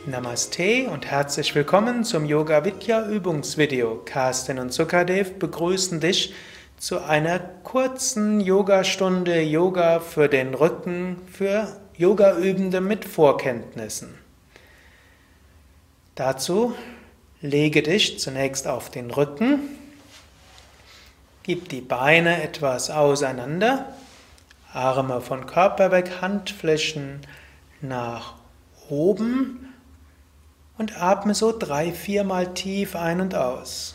Namaste und herzlich willkommen zum Yoga Vidya Übungsvideo. Carsten und Sukadev begrüßen dich zu einer kurzen Yogastunde Yoga für den Rücken für Yogaübende mit Vorkenntnissen. Dazu lege dich zunächst auf den Rücken, gib die Beine etwas auseinander, Arme von Körper weg, Handflächen nach oben und atme so 3-4 Mal tief ein und aus.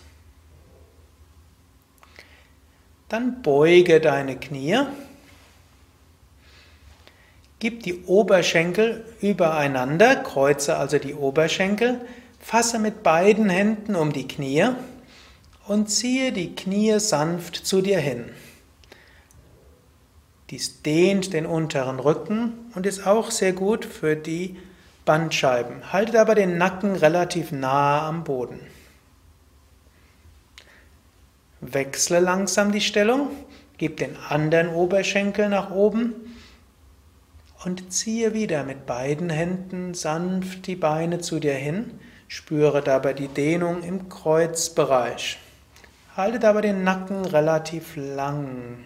Dann beuge deine Knie, gib die Oberschenkel übereinander, kreuze also die Oberschenkel, fasse mit beiden Händen um die Knie und ziehe die Knie sanft zu dir hin. Dies dehnt den unteren Rücken und ist auch sehr gut für die Bandscheiben. Haltet aber den Nacken relativ nahe am Boden. Wechsle langsam die Stellung, gib den anderen Oberschenkel nach oben und ziehe wieder mit beiden Händen sanft die Beine zu dir hin. Spüre dabei die Dehnung im Kreuzbereich. Haltet aber den Nacken relativ lang.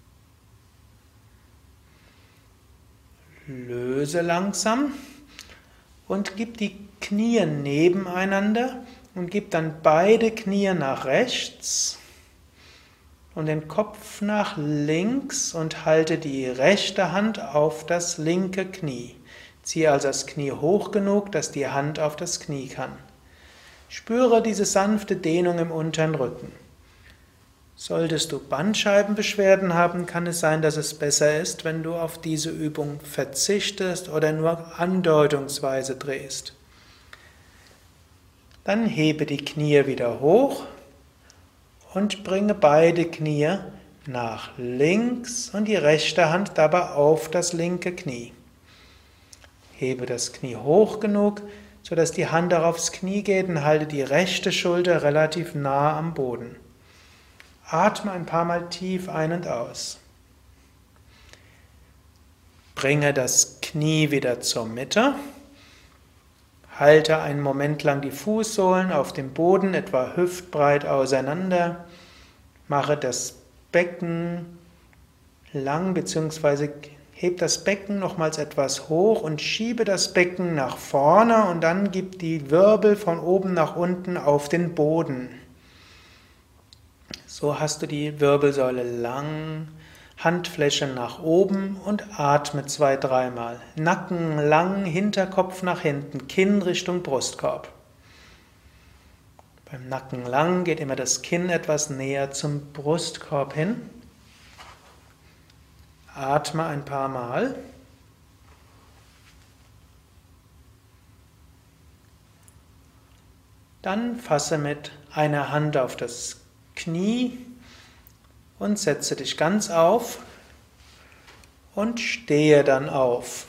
Löse langsam und gib die Knie nebeneinander und gib dann beide Knie nach rechts und den Kopf nach links und halte die rechte Hand auf das linke Knie. Ziehe also das Knie hoch genug, dass die Hand auf das Knie kann. Spüre diese sanfte Dehnung im unteren Rücken. Solltest du Bandscheibenbeschwerden haben, kann es sein, dass es besser ist, wenn du auf diese Übung verzichtest oder nur andeutungsweise drehst. Dann hebe die Knie wieder hoch und bringe beide Knie nach links und die rechte Hand dabei auf das linke Knie. Hebe das Knie hoch genug, sodass die Hand auch aufs Knie geht und halte die rechte Schulter relativ nah am Boden. Atme ein paar Mal tief ein und aus. Bringe das Knie wieder zur Mitte. Halte einen Moment lang die Fußsohlen auf dem Boden, etwa hüftbreit auseinander. Mache das Becken lang bzw. heb das Becken nochmals etwas hoch und schiebe das Becken nach vorne und dann gib die Wirbel von oben nach unten auf den Boden. So hast du die Wirbelsäule lang, Handfläche nach oben und atme 2-3 Mal. Nacken lang, Hinterkopf nach hinten, Kinn Richtung Brustkorb. Beim Nacken lang geht immer das Kinn etwas näher zum Brustkorb hin. Atme ein paar Mal. Dann fasse mit einer Hand auf das Knie und setze dich ganz auf und stehe dann auf.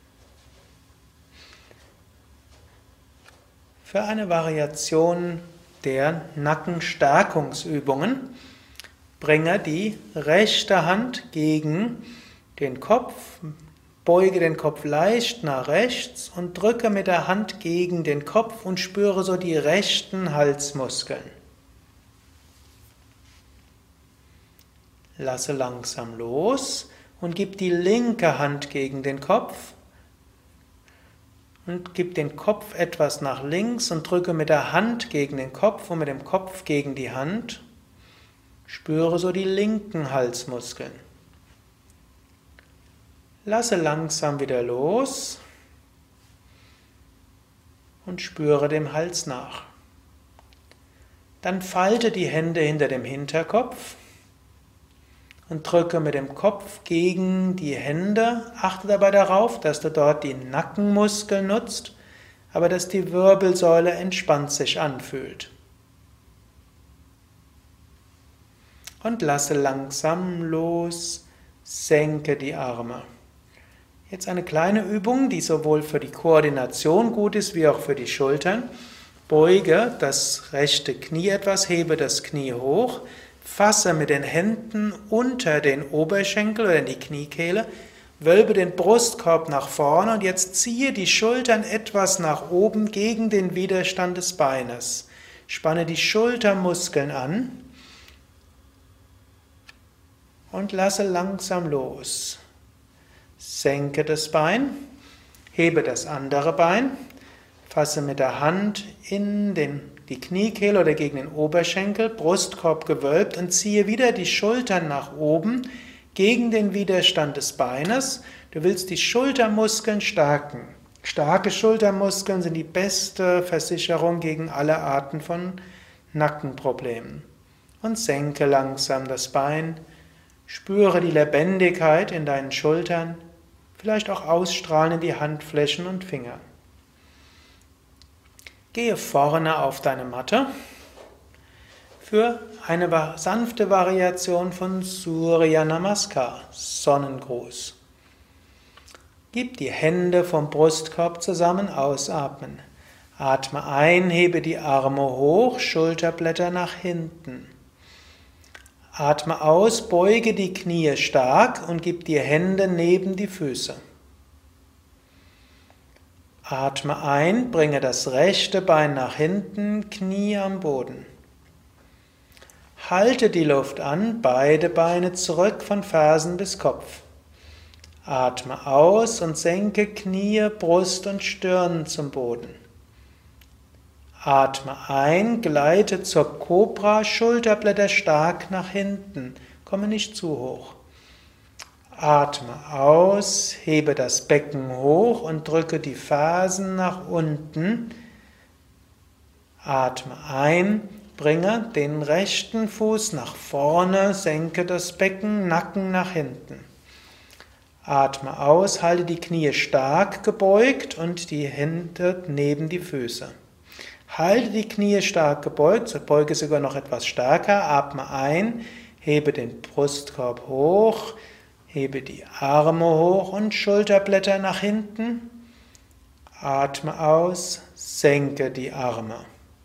Für eine Variation der Nackenstärkungsübungen bringe die rechte Hand gegen den Kopf, beuge den Kopf leicht nach rechts und drücke mit der Hand gegen den Kopf und spüre so die rechten Halsmuskeln. Lasse langsam los und gib die linke Hand gegen den Kopf und gib den Kopf etwas nach links und drücke mit der Hand gegen den Kopf und mit dem Kopf gegen die Hand. Spüre so die linken Halsmuskeln. Lasse langsam wieder los und spüre dem Hals nach. Dann falte die Hände hinter dem Hinterkopf und drücke mit dem Kopf gegen die Hände. Achte dabei darauf, dass du dort die Nackenmuskeln nutzt, aber dass die Wirbelsäule entspannt sich anfühlt. Und lasse langsam los, senke die Arme. Jetzt eine kleine Übung, die sowohl für die Koordination gut ist, wie auch für die Schultern. Beuge das rechte Knie etwas, hebe das Knie hoch, fasse mit den Händen unter den Oberschenkel oder in die Kniekehle Wölbe den Brustkorb nach vorne und jetzt ziehe die Schultern etwas nach oben gegen den Widerstand des Beines. Spanne die Schultermuskeln an und lasse langsam los. Senke das Bein, hebe das andere Bein, fasse mit der Hand in die Kniekehle oder gegen den Oberschenkel, Brustkorb gewölbt und ziehe wieder die Schultern nach oben gegen den Widerstand des Beines. Du willst die Schultermuskeln stärken. Starke Schultermuskeln sind die beste Versicherung gegen alle Arten von Nackenproblemen. Und senke langsam das Bein. Spüre die Lebendigkeit in deinen Schultern, vielleicht auch ausstrahlen in die Handflächen und Finger. Gehe vorne auf deine Matte für eine sanfte Variation von Surya Namaskar, Sonnengruß. Gib die Hände vom Brustkorb zusammen, ausatmen. Atme ein, hebe die Arme hoch, Schulterblätter nach hinten. Atme aus, beuge die Knie stark und gib die Hände neben die Füße. Atme ein, bringe das rechte Bein nach hinten, Knie am Boden. Halte die Luft an, beide Beine zurück von Fersen bis Kopf. Atme aus und senke Knie, Brust und Stirn zum Boden. Atme ein, gleite zur Kobra, Schulterblätter stark nach hinten, komme nicht zu hoch. Atme aus, hebe das Becken hoch und drücke die Fersen nach unten. Atme ein, bringe den rechten Fuß nach vorne, senke das Becken, Nacken nach hinten. Atme aus, halte die Knie stark gebeugt und die Hände neben die Füße. Halte die Knie stark gebeugt, beuge sogar noch etwas stärker, atme ein, hebe den Brustkorb hoch, hebe die Arme hoch und Schulterblätter nach hinten. Atme aus, senke die Arme.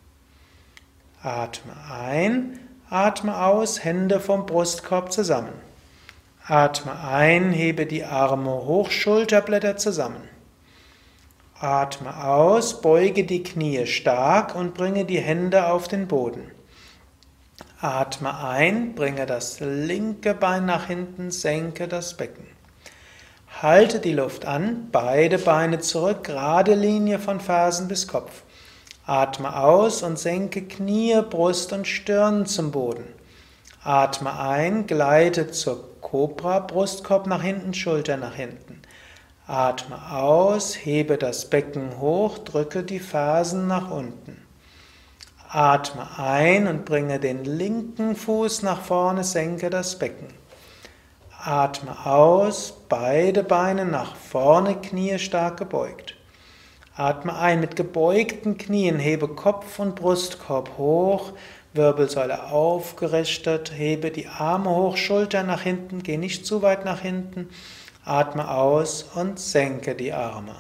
Atme ein, atme aus, Hände vom Brustkorb zusammen. Atme ein, hebe die Arme hoch, Schulterblätter zusammen. Atme aus, beuge die Knie stark und bringe die Hände auf den Boden. Atme ein, bringe das linke Bein nach hinten, senke das Becken. Halte die Luft an, beide Beine zurück, gerade Linie von Fersen bis Kopf. Atme aus und senke Knie, Brust und Stirn zum Boden. Atme ein, gleite zur Kobra, Brustkorb nach hinten, Schulter nach hinten. Atme aus, hebe das Becken hoch, drücke die Fersen nach unten. Atme ein und bringe den linken Fuß nach vorne, senke das Becken. Atme aus, beide Beine nach vorne, Knie stark gebeugt. Atme ein, mit gebeugten Knien hebe Kopf und Brustkorb hoch, Wirbelsäule aufgerichtet, hebe die Arme hoch, Schultern nach hinten, geh nicht zu weit nach hinten. Atme aus und senke die Arme.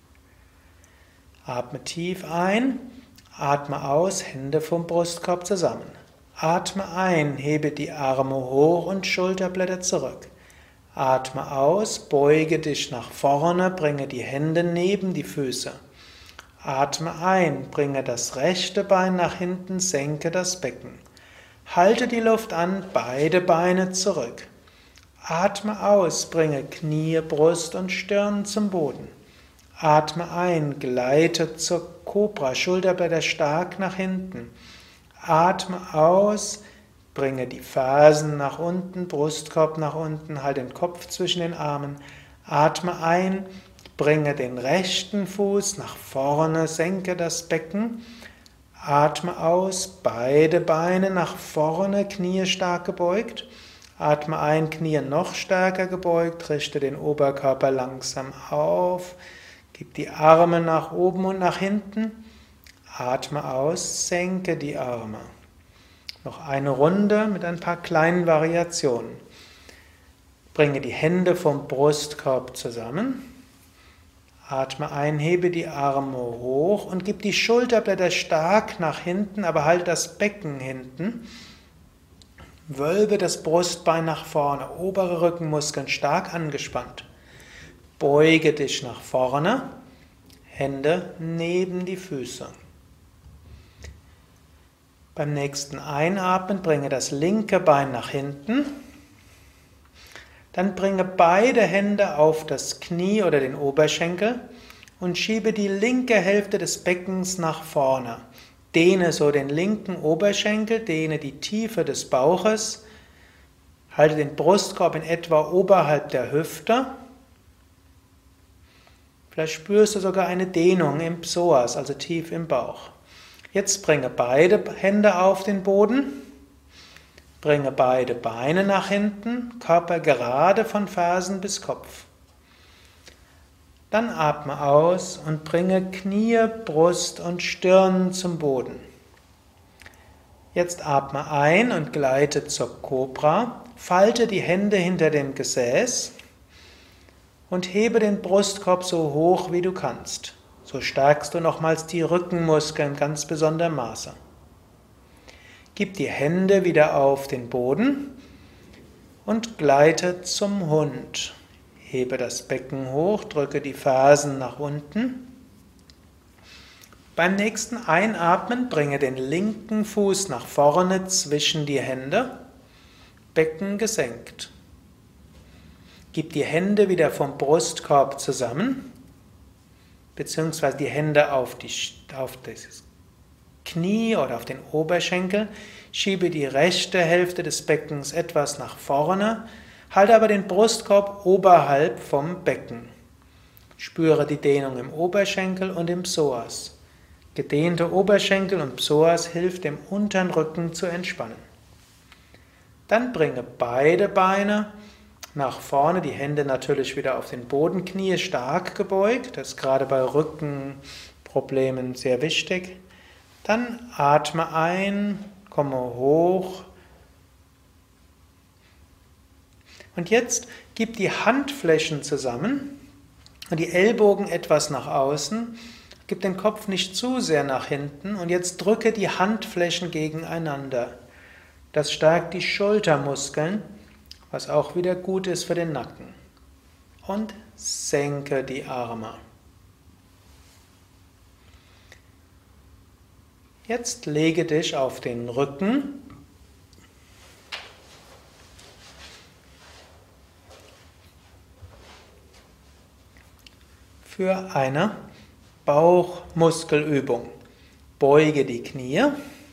Atme tief ein, atme aus, Hände vom Brustkorb zusammen. Atme ein, hebe die Arme hoch und Schulterblätter zurück. Atme aus, beuge dich nach vorne, bringe die Hände neben die Füße. Atme ein, bringe das rechte Bein nach hinten, senke das Becken. Halte die Luft an, beide Beine zurück. Atme aus, bringe Knie, Brust und Stirn zum Boden. Atme ein, gleite zur Kobra, Schulterblätter stark nach hinten. Atme aus, bringe die Fersen nach unten, Brustkorb nach unten, halte den Kopf zwischen den Armen. Atme ein, bringe den rechten Fuß nach vorne, senke das Becken. Atme aus, beide Beine nach vorne, Knie stark gebeugt. Atme ein, Knie noch stärker gebeugt, richte den Oberkörper langsam auf, gib die Arme nach oben und nach hinten, atme aus, senke die Arme. Noch eine Runde mit ein paar kleinen Variationen. Bringe die Hände vom Brustkorb zusammen, atme ein, hebe die Arme hoch und gib die Schulterblätter stark nach hinten, aber halte das Becken hinten. Wölbe das Brustbein nach vorne, obere Rückenmuskeln stark angespannt. beuge dich nach vorne, Hände neben die Füße. Beim nächsten Einatmen bringe das linke Bein nach hinten. Dann bringe beide Hände auf das Knie oder den Oberschenkel und schiebe die linke Hälfte des Beckens nach vorne. Dehne so den linken Oberschenkel, dehne die Tiefe des Bauches, halte den Brustkorb in etwa oberhalb der Hüfte. Vielleicht spürst du sogar eine Dehnung im Psoas, also tief im Bauch. Jetzt bringe beide Hände auf den Boden, bringe beide Beine nach hinten, Körper gerade von Fersen bis Kopf. Dann atme aus und bringe Knie, Brust und Stirn zum Boden. Jetzt atme ein und gleite zur Kobra, falte die Hände hinter dem Gesäß und hebe den Brustkorb so hoch wie du kannst. So stärkst du nochmals die Rückenmuskeln ganz besonderem Maße. Gib die Hände wieder auf den Boden und gleite zum Hund. Hebe das Becken hoch, drücke die Fersen nach unten. Beim nächsten Einatmen bringe den linken Fuß nach vorne zwischen die Hände, Becken gesenkt. Gib die Hände wieder vom Brustkorb zusammen, beziehungsweise die Hände auf das Knie oder auf den Oberschenkel. Schiebe die rechte Hälfte des Beckens etwas nach vorne, halte aber den Brustkorb oberhalb vom Becken. Spüre die Dehnung im Oberschenkel und im Psoas. Gedehnte Oberschenkel und Psoas hilft dem unteren Rücken zu entspannen. Dann bringe beide Beine nach vorne, die Hände natürlich wieder auf den Boden, Knie stark gebeugt, das ist gerade bei Rückenproblemen sehr wichtig. Dann atme ein, komme hoch. Und jetzt gib die Handflächen zusammen und die Ellbogen etwas nach außen. Gib den Kopf nicht zu sehr nach hinten und jetzt drücke die Handflächen gegeneinander. Das stärkt die Schultermuskeln, was auch wieder gut ist für den Nacken. Und senke die Arme. Jetzt lege dich auf den Rücken. Für eine Bauchmuskelübung. Beuge die Knie.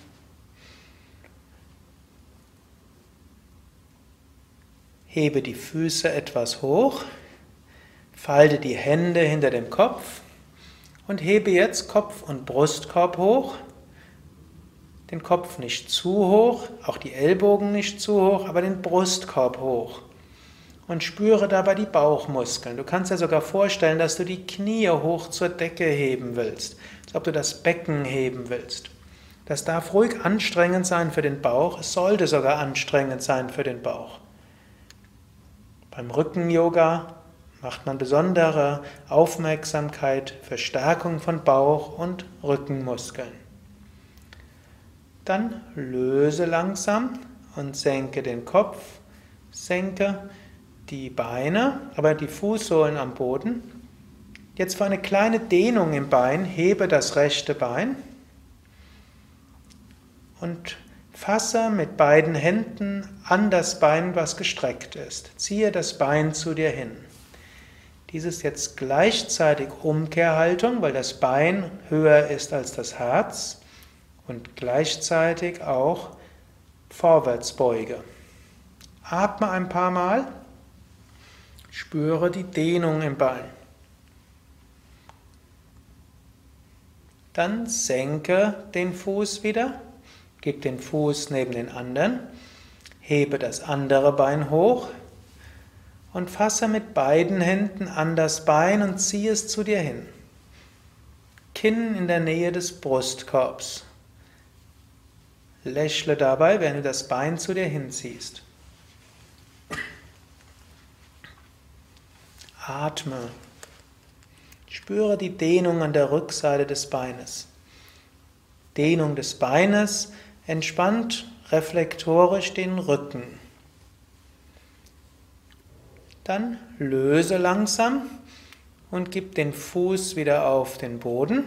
Hebe die Füße etwas hoch. Falte die Hände hinter dem Kopf und hebe jetzt Kopf und Brustkorb hoch. Den Kopf nicht zu hoch, auch die Ellbogen nicht zu hoch, aber den Brustkorb hoch. Und spüre dabei die Bauchmuskeln. Du kannst dir sogar vorstellen, dass du die Knie hoch zur Decke heben willst, als ob du das Becken heben willst. Das darf ruhig anstrengend sein für den Bauch, es sollte sogar anstrengend sein für den Bauch. Beim Rücken-Yoga macht man besondere Aufmerksamkeit für Stärkung von Bauch- und Rückenmuskeln. Dann löse langsam und senke den Kopf, senke die Beine, aber die Fußsohlen am Boden. Jetzt für eine kleine Dehnung im Bein, hebe das rechte Bein und fasse mit beiden Händen an das Bein, was gestreckt ist. Ziehe das Bein zu dir hin. Dies ist jetzt gleichzeitig Umkehrhaltung, weil das Bein höher ist als das Herz und gleichzeitig auch Vorwärtsbeuge. Atme ein paar Mal. Spüre die Dehnung im Bein. Dann senke den Fuß wieder, gib den Fuß neben den anderen, hebe das andere Bein hoch und fasse mit beiden Händen an das Bein und ziehe es zu dir hin. Kinn in der Nähe des Brustkorbs. Lächle dabei, wenn du das Bein zu dir hinziehst. Atme. Spüre die Dehnung an der Rückseite des Beines. Dehnung des Beines entspannt reflektorisch den Rücken. Dann löse langsam und gib den Fuß wieder auf den Boden.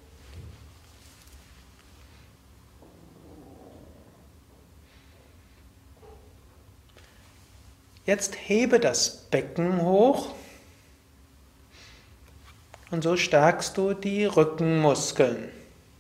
Jetzt hebe das Becken hoch und so stärkst du die Rückenmuskeln.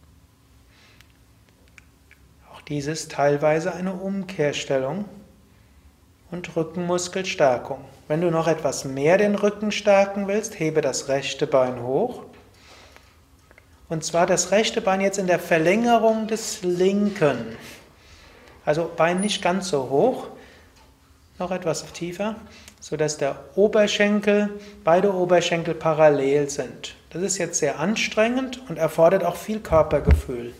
Auch dies ist teilweise eine Umkehrstellung und Rückenmuskelstärkung. Wenn du noch etwas mehr den Rücken stärken willst, hebe das rechte Bein hoch. Und zwar das rechte Bein jetzt in der Verlängerung des linken. Also Bein nicht ganz so hoch, noch etwas tiefer, sodass beide Oberschenkel parallel sind. Das ist jetzt sehr anstrengend und erfordert auch viel Körpergefühl.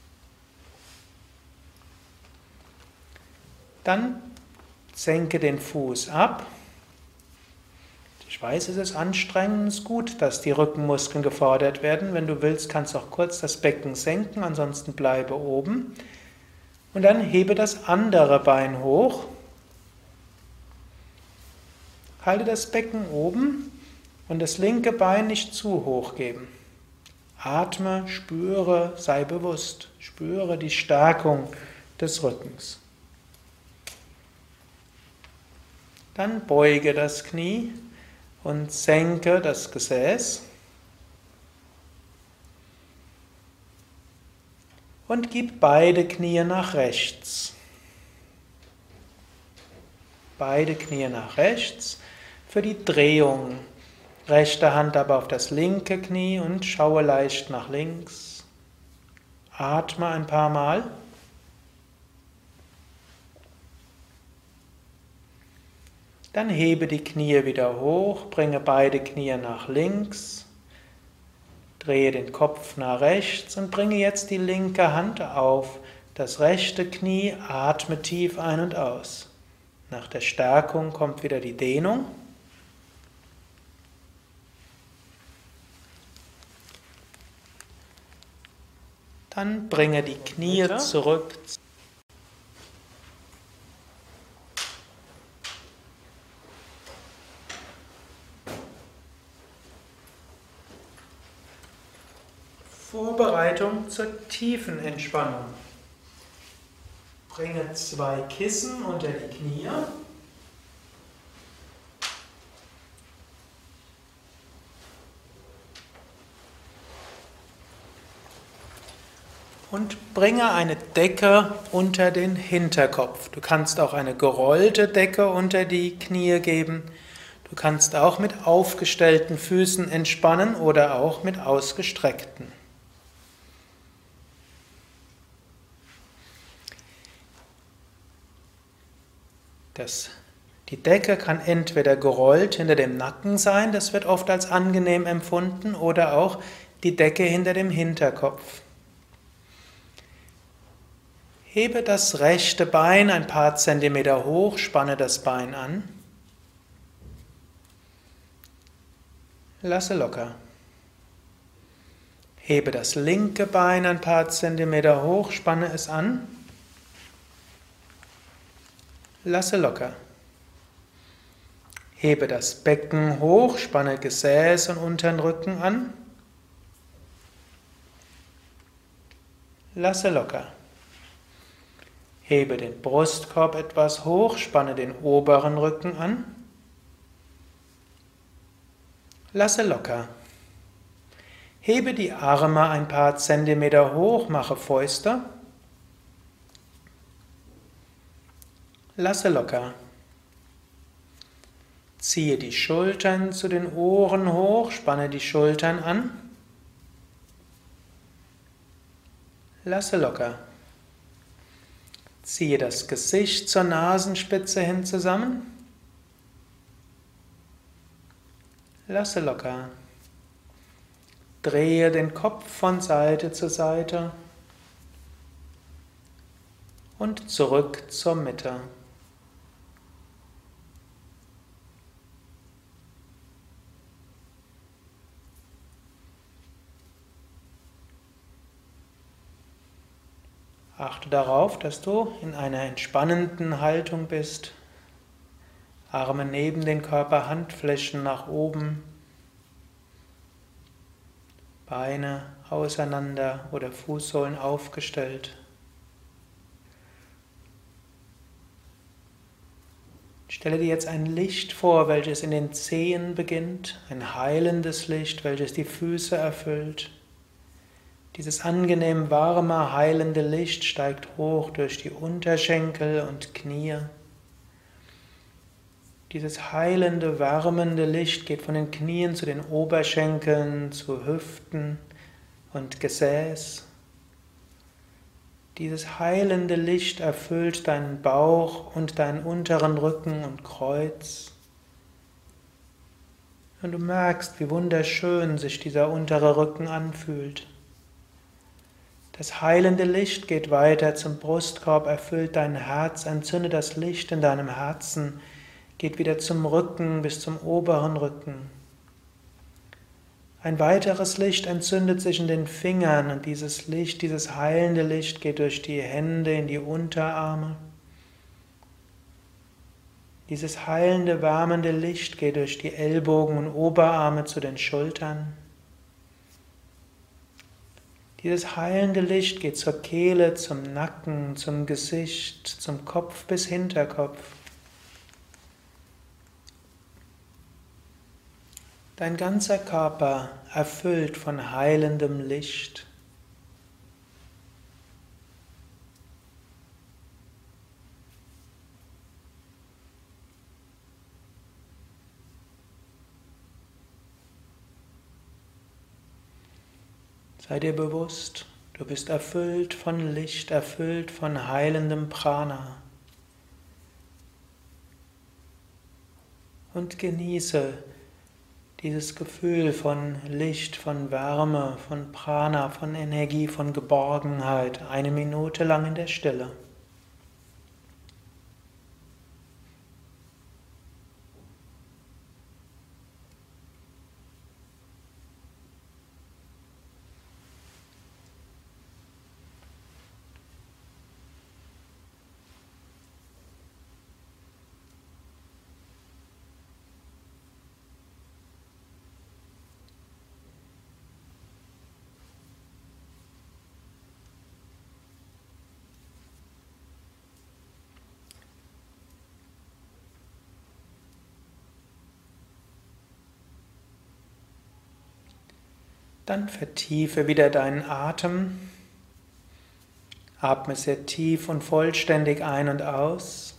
Dann senke den Fuß ab. Ich weiß, es ist anstrengend und es ist gut, dass die Rückenmuskeln gefordert werden. Wenn du willst, kannst du auch kurz das Becken senken, ansonsten bleibe oben. Und dann hebe das andere Bein hoch. Halte das Becken oben und das linke Bein nicht zu hoch geben. Atme, spüre, sei bewusst. Spüre die Stärkung des Rückens. Dann beuge das Knie und senke das Gesäß. Und gib beide Knie nach rechts. Beide Knie nach rechts für die Drehung. Rechte Hand aber auf das linke Knie und schaue leicht nach links. Atme ein paar Mal. Dann hebe die Knie wieder hoch, bringe beide Knie nach links, drehe den Kopf nach rechts und bringe jetzt die linke Hand auf das rechte Knie, atme tief ein und aus. Nach der Stärkung kommt wieder die Dehnung. Dann bringe die Knie zurück. Vorbereitung zur tiefen Entspannung. Bringe 2 Kissen unter die Knie. Und bringe eine Decke unter den Hinterkopf. Du kannst auch eine gerollte Decke unter die Knie geben. Du kannst auch mit aufgestellten Füßen entspannen oder auch mit ausgestreckten. Die Decke kann entweder gerollt hinter dem Nacken sein, das wird oft als angenehm empfunden, oder auch die Decke hinter dem Hinterkopf. Hebe das rechte Bein ein paar Zentimeter hoch, spanne das Bein an. Lasse locker. Hebe das linke Bein ein paar Zentimeter hoch, spanne es an. Lasse locker. Hebe das Becken hoch, spanne Gesäß und unteren Rücken an. Lasse locker. Hebe den Brustkorb etwas hoch, spanne den oberen Rücken an. Lasse locker. Hebe die Arme ein paar Zentimeter hoch, mache Fäuste. Lasse locker. Ziehe die Schultern zu den Ohren hoch, spanne die Schultern an. Lasse locker. Ziehe das Gesicht zur Nasenspitze hin zusammen. Lasse locker. Drehe den Kopf von Seite zu Seite und zurück zur Mitte. Achte darauf, dass du in einer entspannenden Haltung bist. Arme neben den Körper, Handflächen nach oben, Beine auseinander oder Fußsohlen aufgestellt. Stelle dir jetzt ein Licht vor, welches in den Zehen beginnt, ein heilendes Licht, welches die Füße erfüllt. Dieses angenehm warme, heilende Licht steigt hoch durch die Unterschenkel und Knie. Dieses heilende, wärmende Licht geht von den Knien zu den Oberschenkeln, zu Hüften und Gesäß. Dieses heilende Licht erfüllt deinen Bauch und deinen unteren Rücken und Kreuz. Und du merkst, wie wunderschön sich dieser untere Rücken anfühlt. Das heilende Licht geht weiter zum Brustkorb, erfüllt dein Herz, entzündet das Licht in deinem Herzen, geht wieder zum Rücken bis zum oberen Rücken. Ein weiteres Licht entzündet sich in den Fingern und dieses Licht, dieses heilende Licht geht durch die Hände in die Unterarme. Dieses heilende, wärmende Licht geht durch die Ellbogen und Oberarme zu den Schultern. Dieses heilende Licht geht zur Kehle, zum Nacken, zum Gesicht, zum Kopf bis Hinterkopf. Dein ganzer Körper erfüllt von heilendem Licht. Sei dir bewusst, du bist erfüllt von Licht, erfüllt von heilendem Prana. Und genieße dieses Gefühl von Licht, von Wärme, von Prana, von Energie, von Geborgenheit, 1 Minute lang in der Stille. Dann vertiefe wieder deinen Atem. Atme sehr tief und vollständig ein und aus.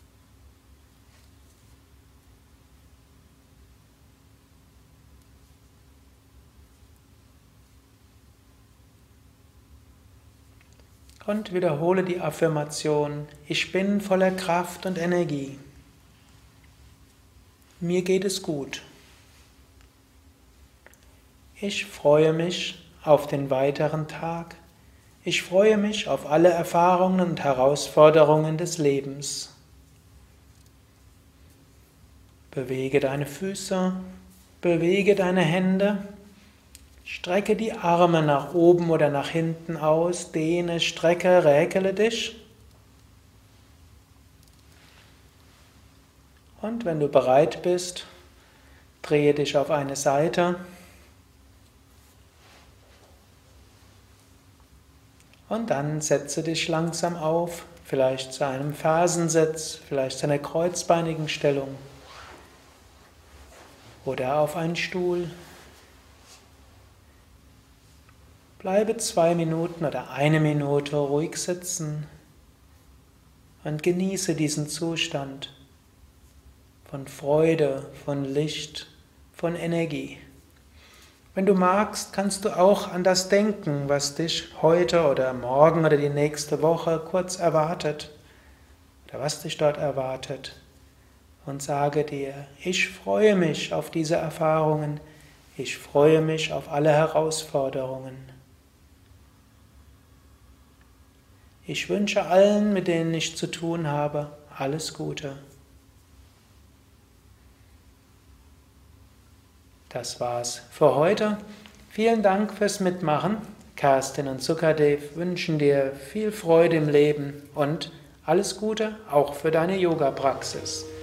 Und wiederhole die Affirmation: Ich bin voller Kraft und Energie. Mir geht es gut. Ich freue mich auf den weiteren Tag. Ich freue mich auf alle Erfahrungen und Herausforderungen des Lebens. Bewege deine Füße, bewege deine Hände, strecke die Arme nach oben oder nach hinten aus, dehne, strecke, räkele dich. Und wenn du bereit bist, drehe dich auf eine Seite. Und dann setze dich langsam auf, vielleicht zu einem Fersensitz, vielleicht zu einer kreuzbeinigen Stellung oder auf einen Stuhl. Bleibe 2 Minuten oder 1 Minute ruhig sitzen und genieße diesen Zustand von Freude, von Licht, von Energie. Wenn du magst, kannst du auch an das denken, was dich heute oder morgen oder die nächste Woche kurz erwartet oder was dich dort erwartet. Und sage dir: Ich freue mich auf diese Erfahrungen, ich freue mich auf alle Herausforderungen. Ich wünsche allen, mit denen ich zu tun habe, alles Gute. Das war's für heute. Vielen Dank fürs Mitmachen. Kerstin und Sukadev wünschen dir viel Freude im Leben und alles Gute auch für deine Yoga-Praxis.